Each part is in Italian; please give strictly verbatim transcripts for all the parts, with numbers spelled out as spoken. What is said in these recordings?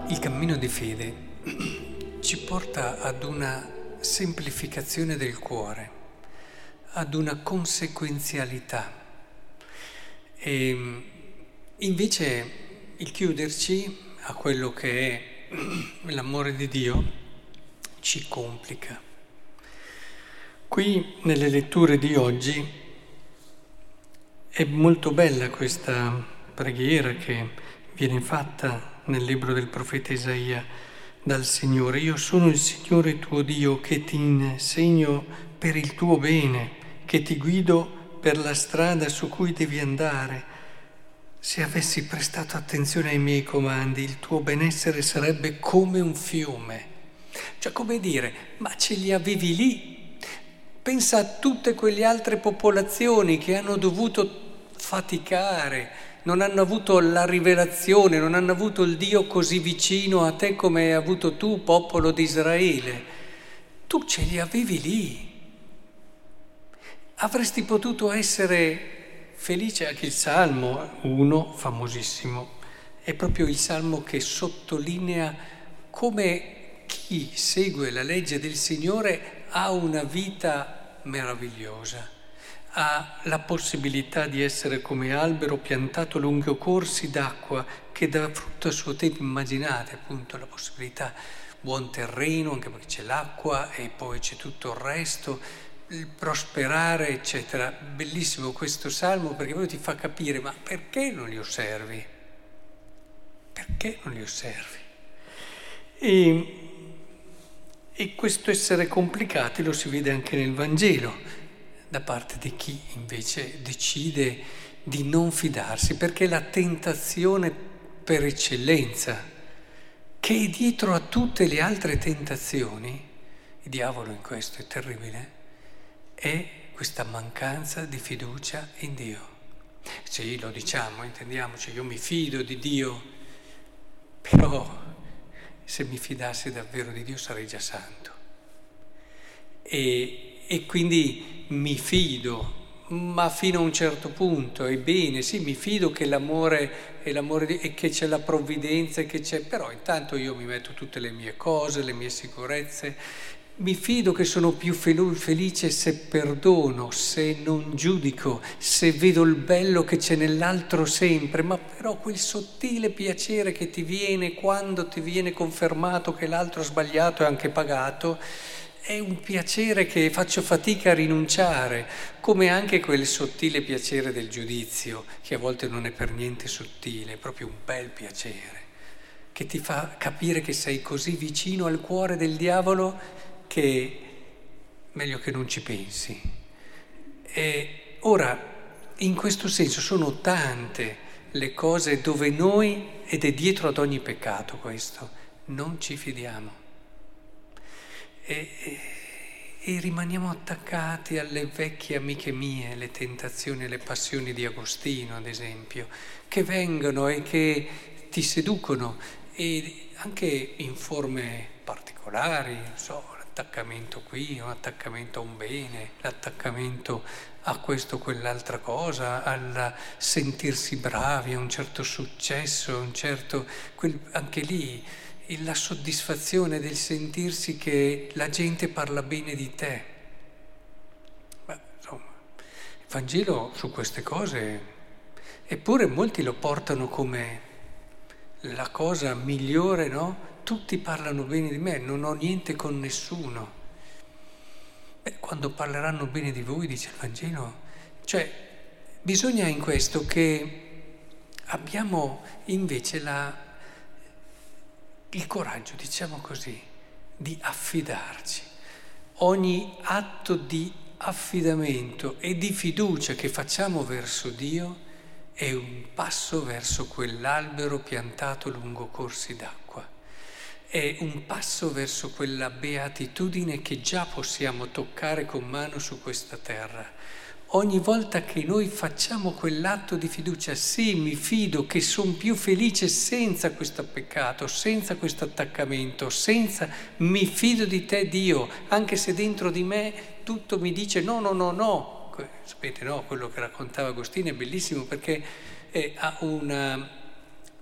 Il cammino di fede ci porta ad una semplificazione del cuore, ad una conseguenzialità. E invece il chiuderci a quello che è l'amore di Dio ci complica. Qui nelle letture di oggi è molto bella questa preghiera che viene fatta nel libro del profeta Isaia dal Signore. Io sono il Signore tuo Dio che ti insegno per il tuo bene, che ti guido per la strada su cui devi andare. Se avessi prestato attenzione ai miei comandi, il tuo benessere sarebbe come un fiume. Cioè, come dire, ma ce li avevi lì? Pensa a tutte quelle altre popolazioni che hanno dovuto faticare, non hanno avuto la rivelazione, non hanno avuto il Dio così vicino a te come hai avuto tu, popolo di Israele. Tu ce li avevi lì. Avresti potuto essere felice. Anche il Salmo uno, famosissimo, è proprio il Salmo che sottolinea come chi segue la legge del Signore ha una vita meravigliosa. Ha la possibilità di essere come albero piantato lungo corsi d'acqua che dà frutto a suo tempo. Immaginate appunto la possibilità, buon terreno, anche perché c'è l'acqua e poi c'è tutto il resto, il prosperare, eccetera. Bellissimo questo salmo perché poi ti fa capire, ma perché non li osservi? Perché non li osservi? E, e questo essere complicati lo si vede anche nel Vangelo, da parte di chi invece decide di non fidarsi, perché la tentazione per eccellenza, che è dietro a tutte le altre tentazioni, il diavolo in questo è terribile, è questa mancanza di fiducia in Dio. Sì, lo diciamo, intendiamoci, io mi fido di Dio, però se mi fidassi davvero di Dio sarei già santo. E E quindi mi fido, ma fino a un certo punto, ebbene sì, mi fido che l'amore è l'amore di, e che c'è la provvidenza e che c'è, però intanto io mi metto tutte le mie cose, le mie sicurezze, mi fido che sono più fel- felice se perdono, se non giudico, se vedo il bello che c'è nell'altro sempre, ma però quel sottile piacere che ti viene quando ti viene confermato che l'altro ha sbagliato e anche pagato, è un piacere che faccio fatica a rinunciare, come anche quel sottile piacere del giudizio, che a volte non è per niente sottile, è proprio un bel piacere, che ti fa capire che sei così vicino al cuore del diavolo che meglio che non ci pensi. E ora, in questo senso, sono tante le cose dove noi, ed è dietro ad ogni peccato questo, non ci fidiamo. E, e, e rimaniamo attaccati alle vecchie amiche mie, le tentazioni e le passioni di Agostino, ad esempio, che vengono e che ti seducono, e anche in forme particolari, non so, l'attaccamento qui, un attaccamento a un bene, l'attaccamento a questo o quell'altra cosa, al sentirsi bravi, a un certo successo, a un certo, quel, anche lì, la soddisfazione del sentirsi che la gente parla bene di te. Beh, insomma, il Vangelo su queste cose, eppure molti lo portano come la cosa migliore, no? Tutti parlano bene di me, non ho niente con nessuno. Beh, quando parleranno bene di voi, dice il Vangelo, cioè bisogna in questo che abbiamo invece la il coraggio, diciamo così, di affidarci. Ogni atto di affidamento e di fiducia che facciamo verso Dio è un passo verso quell'albero piantato lungo corsi d'acqua. È un passo verso quella beatitudine che già possiamo toccare con mano su questa terra. Ogni volta che noi facciamo quell'atto di fiducia, sì, mi fido che sono più felice senza questo peccato, senza questo attaccamento, senza, mi fido di te Dio, anche se dentro di me tutto mi dice no, no, no, no. Sapete, no, quello che raccontava Agostino è bellissimo perché eh, ha una,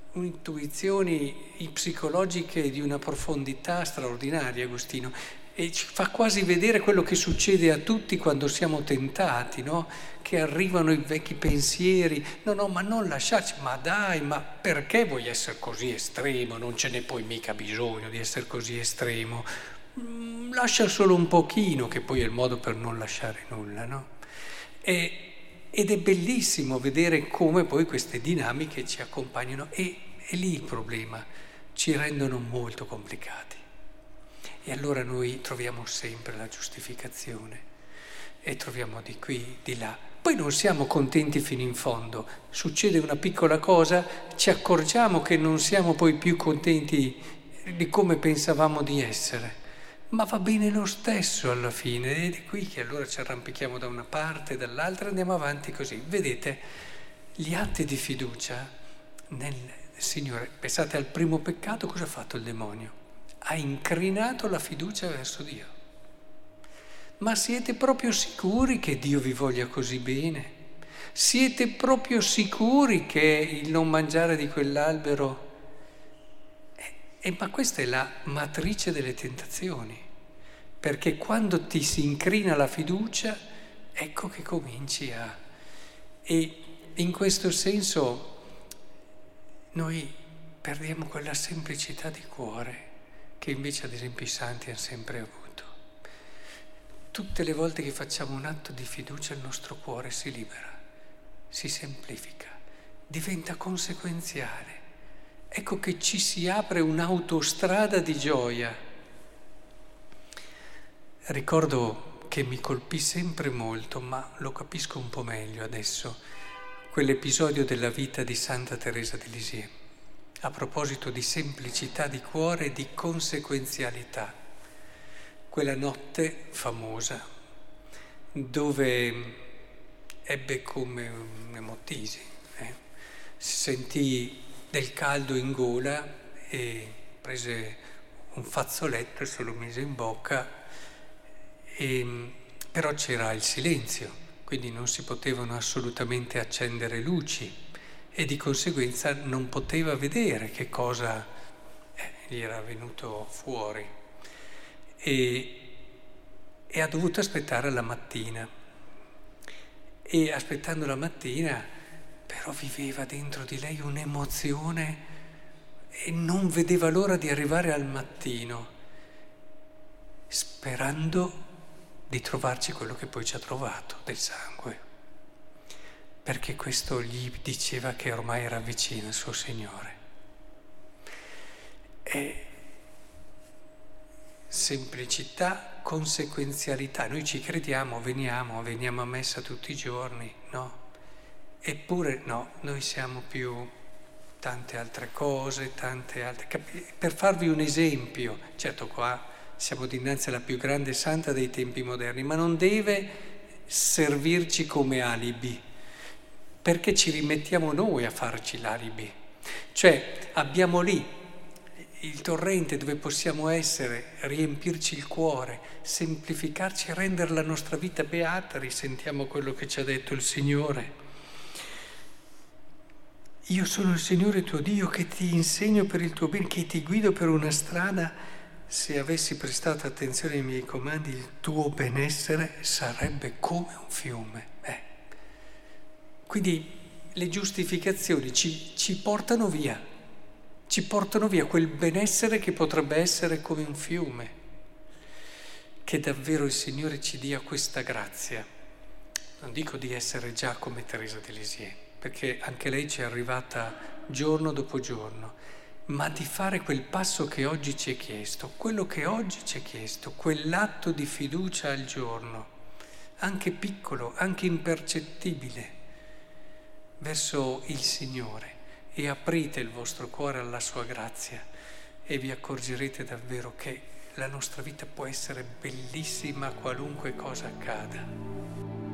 intuizioni psicologiche di una profondità straordinaria, Agostino, e ci fa quasi vedere quello che succede a tutti quando siamo tentati, no? Che arrivano i vecchi pensieri, no, no, ma non lasciarci, ma dai, ma perché vuoi essere così estremo? Non ce n'è poi mica bisogno di essere così estremo. Mm, lascia solo un pochino, che poi è il modo per non lasciare nulla, no? E, ed è bellissimo vedere come poi queste dinamiche ci accompagnano, e è lì il problema, ci rendono molto complicati. E allora noi troviamo sempre la giustificazione e troviamo di qui, di là. Poi non siamo contenti fino in fondo, succede una piccola cosa, ci accorgiamo che non siamo poi più contenti di come pensavamo di essere, ma va bene lo stesso alla fine, ed è qui che allora ci arrampichiamo da una parte e dall'altra e andiamo avanti così. Vedete, gli atti di fiducia nel Signore, pensate al primo peccato, cosa ha fatto il demonio? Ha incrinato la fiducia verso Dio. Ma siete proprio sicuri che Dio vi voglia così bene? Siete proprio sicuri che il non mangiare di quell'albero... Eh, eh, ma questa è la matrice delle tentazioni, perché quando ti si incrina la fiducia, ecco che cominci a... E in questo senso noi perdiamo quella semplicità di cuore che invece ad esempio i santi hanno sempre avuto. Tutte le volte che facciamo un atto di fiducia il nostro cuore si libera, si semplifica, diventa conseguenziale. Ecco che ci si apre un'autostrada di gioia. Ricordo che mi colpì sempre molto, ma lo capisco un po' meglio adesso, quell'episodio della vita di Santa Teresa di Lisieux. A proposito di semplicità di cuore e di conseguenzialità, quella notte famosa dove ebbe come un'emotisi, eh? Si sentì del caldo in gola e prese un fazzoletto e se lo mise in bocca, e, però c'era il silenzio, quindi non si potevano assolutamente accendere luci, e di conseguenza non poteva vedere che cosa eh, gli era venuto fuori e, e ha dovuto aspettare la mattina. E aspettando la mattina però viveva dentro di lei un'emozione e non vedeva l'ora di arrivare al mattino, sperando di trovarci quello che poi ci ha trovato, del sangue. Perché questo gli diceva che ormai era vicino al suo Signore. E semplicità, conseguenzialità. Noi ci crediamo, veniamo, veniamo a messa tutti i giorni, no? Eppure no, noi siamo più tante altre cose, tante altre... Per farvi un esempio, certo qua siamo dinanzi alla più grande santa dei tempi moderni, ma non deve servirci come alibi, perché ci rimettiamo noi a farci l'alibi. Cioè abbiamo lì il torrente dove possiamo essere, riempirci il cuore, semplificarci, rendere la nostra vita beata. Risentiamo quello che ci ha detto il Signore. Io sono il Signore tuo Dio che ti insegno per il tuo bene, che ti guido per una strada. Se avessi prestato attenzione ai miei comandi, il tuo benessere sarebbe come un fiume. Eh. Quindi le giustificazioni ci, ci portano via, ci portano via quel benessere che potrebbe essere come un fiume. Che davvero il Signore ci dia questa grazia. Non dico di essere già come Teresa di Lisieux, perché anche lei ci è arrivata giorno dopo giorno, ma di fare quel passo che oggi ci è chiesto, quello che oggi ci è chiesto, quell'atto di fiducia al giorno, anche piccolo, anche impercettibile, verso il Signore, e aprite il vostro cuore alla sua grazia e vi accorgerete davvero che la nostra vita può essere bellissima qualunque cosa accada.